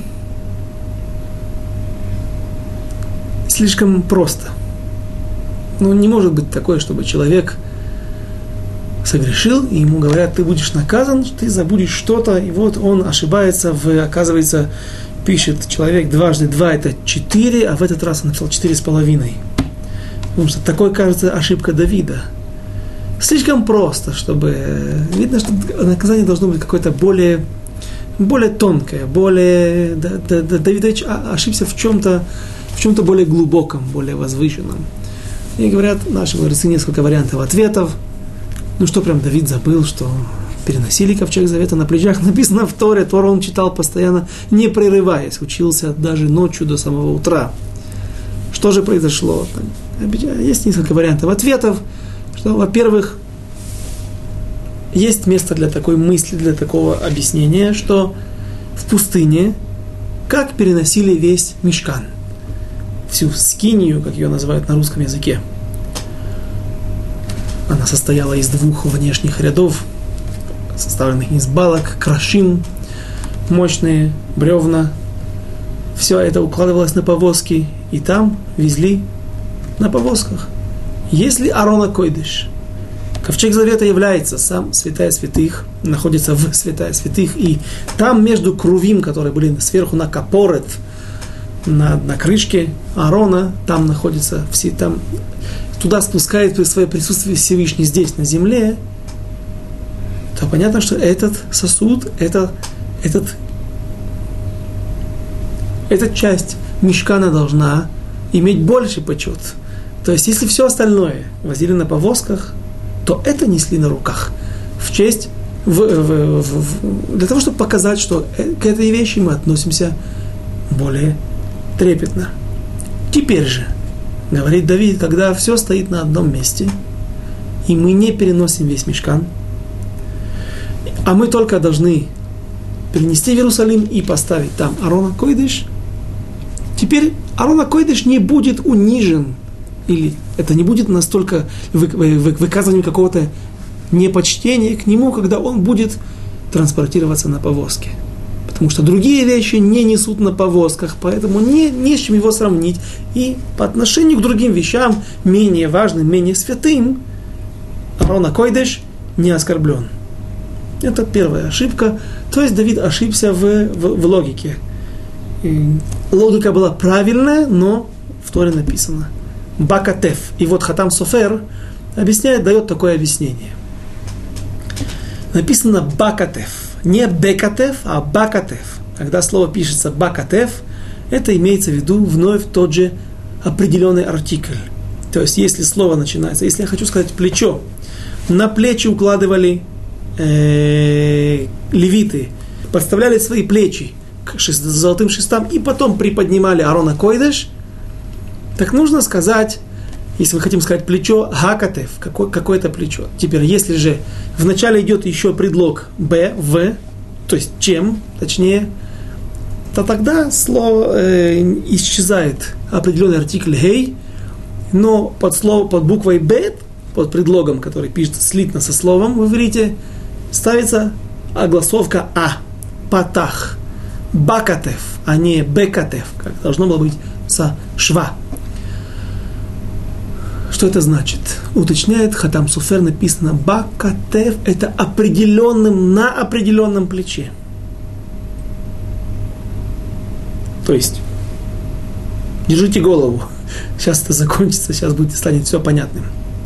Слишком просто. Не может быть такое, чтобы человек согрешил, и ему говорят: ты будешь наказан, ты забудешь что-то, и вот он ошибается, оказывается, пишет человек дважды 2 это 4, а в этот раз он написал 4,5. Потому что такой, кажется, ошибка Давида. Слишком просто, чтобы... Видно, что наказание должно быть какое-то более тонкое, более... Давид ошибся в чем-то более глубоком, более возвышенном. И говорят наши мудрецы несколько вариантов ответов. Что прям Давид забыл, что переносили ковчег завета на плечах. Написано в Торе, Тору он читал постоянно, не прерываясь, учился даже ночью до самого утра. Что же произошло? Есть несколько вариантов ответов, что, во-первых, есть место для такой мысли, для такого объяснения, что в пустыне как переносили весь мишкан, всю скинию, как ее называют на русском языке. Она состояла из 2 внешних рядов, составленных из балок, крашим, мощные бревна. Все это укладывалось на повозки, и там везли на повозках. Если Арон ха-Койдеш, ковчег завета является сам святая святых, находится в святая святых, и там между крувим, которые были сверху на капорет, на крышке Аарона, там находится все, там туда спускает свое присутствие Всевышний здесь, на земле, то понятно, что этот сосуд, эта часть мишкана должна иметь больший почет. То есть, если все остальное возили на повозках, то это несли на руках в честь, для того, чтобы показать, что к этой вещи мы относимся более трепетно. Теперь же, говорит Давид, когда все стоит на одном месте, и мы не переносим весь мишкан, а мы только должны перенести в Иерусалим и поставить там Арон ха-Койдеш, теперь Арон ха-Койдеш не будет унижен, или это не будет настолько выказыванием какого-то непочтения к нему, когда он будет транспортироваться на повозке. Потому что другие вещи не несут на повозках, поэтому не с чем его сравнить. И по отношению к другим вещам, менее важным, менее святым, Арон ха-Койдеш не оскорблен. Это первая ошибка. То есть Давид ошибся в логике. И логика была правильная, но в Торе написано Бакатеф. И вот Хатам Софер объясняет, дает такое объяснение. Написано Бакатеф. Не Бекатеф, а Бакатеф. Когда слово пишется Бакатеф, это имеется в виду вновь тот же определенный артикль. То есть, если слово начинается, если я хочу сказать плечо, на плечи укладывали левиты, подставляли свои плечи к золотым шестам и потом приподнимали Арон ха-Койдеш, так нужно сказать, если мы хотим сказать плечо, гакатев, какое-то плечо. Теперь, если же вначале идет еще предлог б, в, то есть чем, точнее, то тогда слово исчезает определенный артикль гей, но под буквой бет, под предлогом, который пишется слитно со словом в иврите, ставится огласовка а, патах, бакатев, а не бекатев, как должно было быть со шва. Что это значит? Уточняет Хатам Софер, написано бакатев, это определенным на определенном плече. То есть, держите голову, сейчас это закончится, сейчас станет все понятным.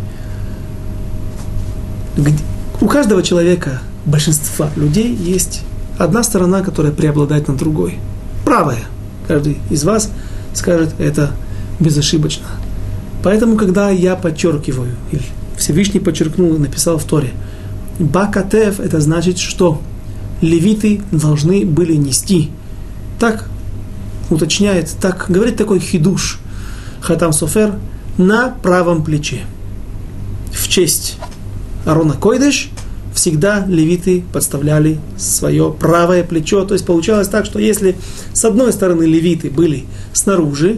У каждого человека, большинства людей, есть одна сторона, которая преобладает над другой. Правая. Каждый из вас скажет это безошибочно. Поэтому, когда я подчеркиваю, или Всевышний подчеркнул и написал в Торе, бакатев, это значит, что левиты должны были нести. Так уточняет, так говорит такой хидуш Хатам Софер, на правом плече. В честь Арона Койдеш всегда левиты подставляли свое правое плечо. То есть получалось так, что если с одной стороны левиты были снаружи,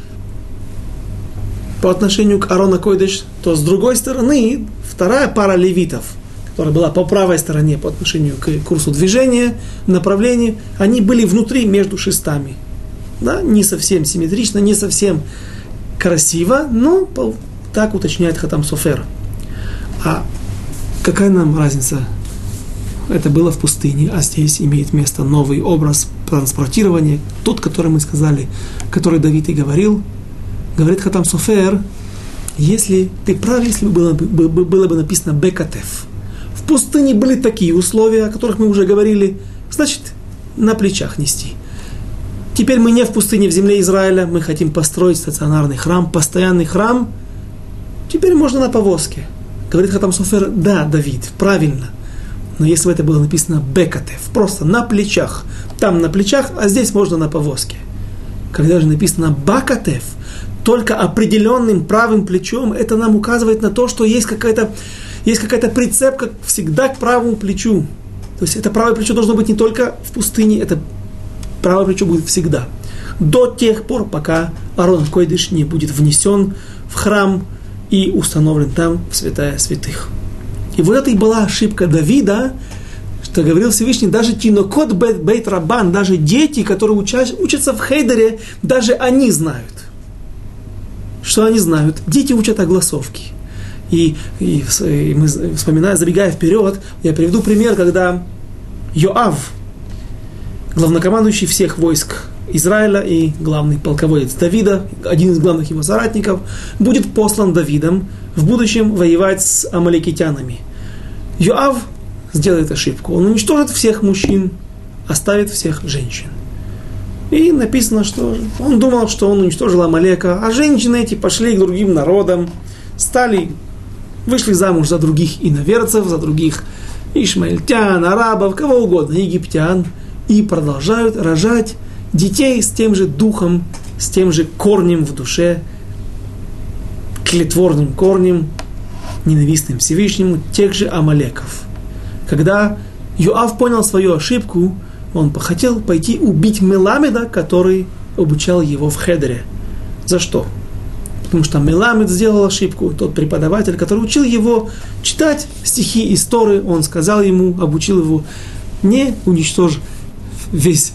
по отношению к Арона Койдеш, то с другой стороны вторая пара левитов, которая была по правой стороне по отношению к курсу движения, направлению, они были внутри между шестами. Да? Не совсем симметрично, не совсем красиво, но так уточняет Хатам Софер. А какая нам разница? Это было в пустыне, а здесь имеет место новый образ транспортирования, тот, который мы сказали, который Давид и говорил. Говорит Хатам Софер, если ты прав, если было бы написано бекатев. В пустыне были такие условия, о которых мы уже говорили, значит, на плечах нести. Теперь мы не в пустыне, в земле Израиля, мы хотим построить стационарный храм, постоянный храм. Теперь можно на повозке. Говорит Хатам Софер, да, Давид, правильно. Но если бы это было написано бекатев, просто на плечах, там на плечах, а здесь можно на повозке. Когда же написано бакатев, только определенным правым плечом, это нам указывает на то, что есть какая-то прицепка всегда к правому плечу. То есть это правое плечо должно быть не только в пустыне, это правое плечо будет всегда. До тех пор, пока Арон ха-Койдеш не будет внесен в храм и установлен там в святая святых. И вот это и была ошибка Давида, что говорил Всевышний, даже тинокот бейт рабан, даже дети, которые учатся в хейдере, даже они знают. Что они знают? Дети учат огласовки. И мы, вспоминая, забегая вперед, я приведу пример, когда Йоав, главнокомандующий всех войск Израиля и главный полководец Давида, один из главных его соратников, будет послан Давидом в будущем воевать с амалекитянами. Йоав сделает ошибку. Он уничтожит всех мужчин, оставит всех женщин. И написано, что он думал, что он уничтожил Амалека, а женщины эти пошли к другим народам, вышли замуж за других иноверцев, за других ишмаильтян, арабов, кого угодно, египтян, и продолжают рожать детей с тем же духом, с тем же корнем в душе, клятворным корнем, ненавистным Всевышнему, тех же Амалеков. Когда Йоав понял свою ошибку, он хотел пойти убить Меламеда, который обучал его в хедере. За что? Потому что Меламед сделал ошибку, тот преподаватель, который учил его читать стихи из Торы, он сказал ему, обучил его, не уничтожь весь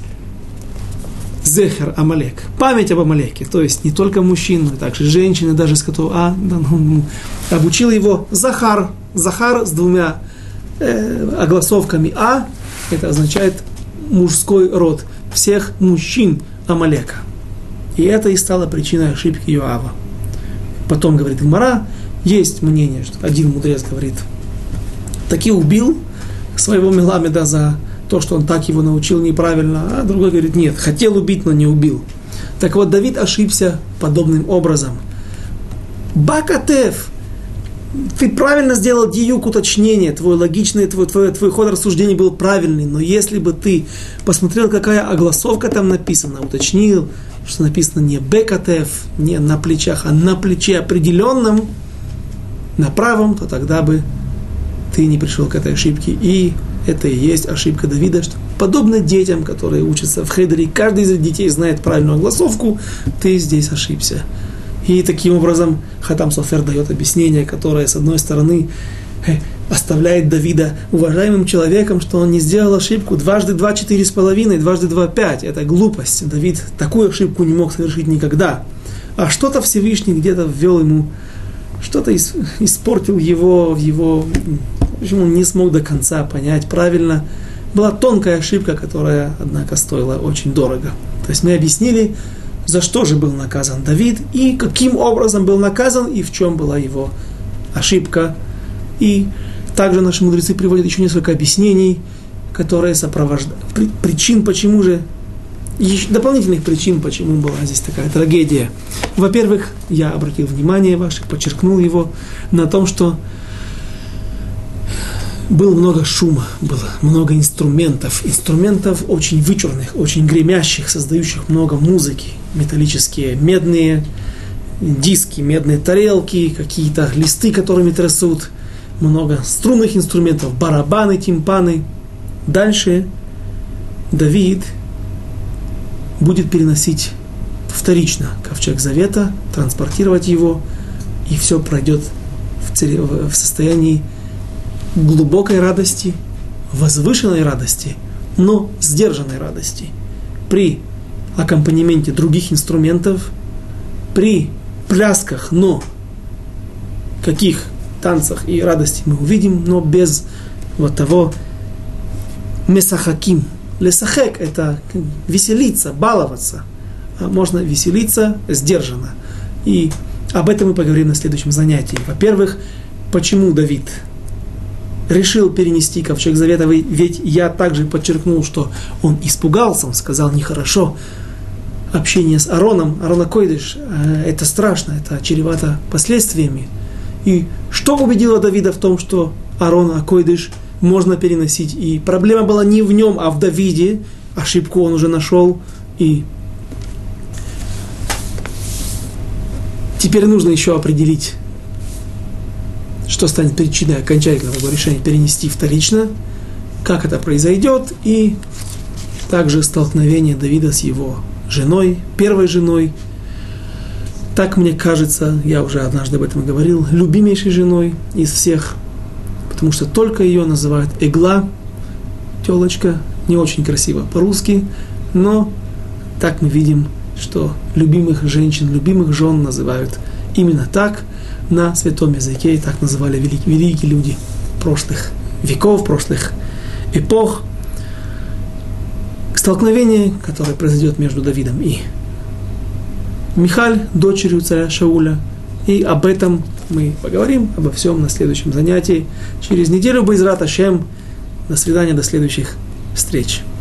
зехер Амалек, память об Амалеке, то есть не только мужчин, но также женщины, даже с которого обучил его Захар с двумя огласовками А, это означает мужской род всех мужчин Амалека. И это и стало причиной ошибки Йоава. Потом, говорит Гемара, есть мнение, что один мудрец говорит, таки убил своего Меламеда за то, что он так его научил неправильно, а другой говорит, нет, хотел убить, но не убил. Так вот, Давид ошибся подобным образом. Бакатев, Ты правильно сделал диюк, уточнение, твой логичный, твой ход рассуждений был правильный, но если бы ты посмотрел, какая огласовка там написана, уточнил, что написано не бекатев, не на плечах, а на плече определенном, на правом, то тогда бы ты не пришел к этой ошибке. И это и есть ошибка Давида, что подобно детям, которые учатся в хедере, каждый из детей знает правильную огласовку, ты здесь ошибся. И таким образом Хатам Софер дает объяснение, которое, с одной стороны, оставляет Давида уважаемым человеком, что он не сделал ошибку. 2 × 2 = 4,5, 2 × 2 = 5. Это глупость. Давид такую ошибку не мог совершить никогда. А что-то Всевышний где-то ввел ему, что-то испортил его, в общем, он не смог до конца понять правильно. Была тонкая ошибка, которая, однако, стоила очень дорого. То есть мы объяснили, за что же был наказан Давид, и каким образом был наказан, и в чем была его ошибка. И также наши мудрецы приводят еще несколько объяснений, которые сопровождают причин, почему же, дополнительных причин, почему была здесь такая трагедия. Во-первых, я обратил внимание ваше, подчеркнул его на том, что было много шума, было много инструментов очень вычурных, очень гремящих, создающих много музыки, металлические, медные диски, медные тарелки, какие-то листы, которыми трясут, много струнных инструментов, барабаны, тимпаны. Дальше Давид будет переносить вторично ковчег Завета, транспортировать его, и все пройдет в состоянии глубокой радости, возвышенной радости, но сдержанной радости. При аккомпанементе других инструментов, при плясках, но каких танцах и радости мы увидим, но без вот того месахаким. Лесахек – это веселиться, баловаться. А можно веселиться сдержанно. И об этом мы поговорим на следующем занятии. Во-первых, почему Давид решил перенести ковчег Завета, ведь я также подчеркнул, что он испугался, он сказал, нехорошо общение с Аароном, Аарон ха-Койдеш, это страшно, это чревато последствиями. И что убедило Давида в том, что Аарон ха-Койдеш можно переносить, и проблема была не в нем, а в Давиде, ошибку он уже нашел, и теперь нужно еще определить, что станет причиной окончательного решения перенести вторично, как это произойдет, и также столкновение Давида с его женой, первой женой, так мне кажется, я уже однажды об этом говорил, любимейшей женой из всех, потому что только ее называют Эгла, телочка, не очень красиво по-русски, но так мы видим, что любимых женщин, любимых жен называют именно так, на святом языке, и так называли великие люди прошлых веков, прошлых эпох. Столкновение, которое произойдет между Давидом и Михаль, дочерью царя Шауля. И об этом мы поговорим, обо всем на следующем занятии. Через неделю, Бейзрат Ашем. До свидания, до следующих встреч.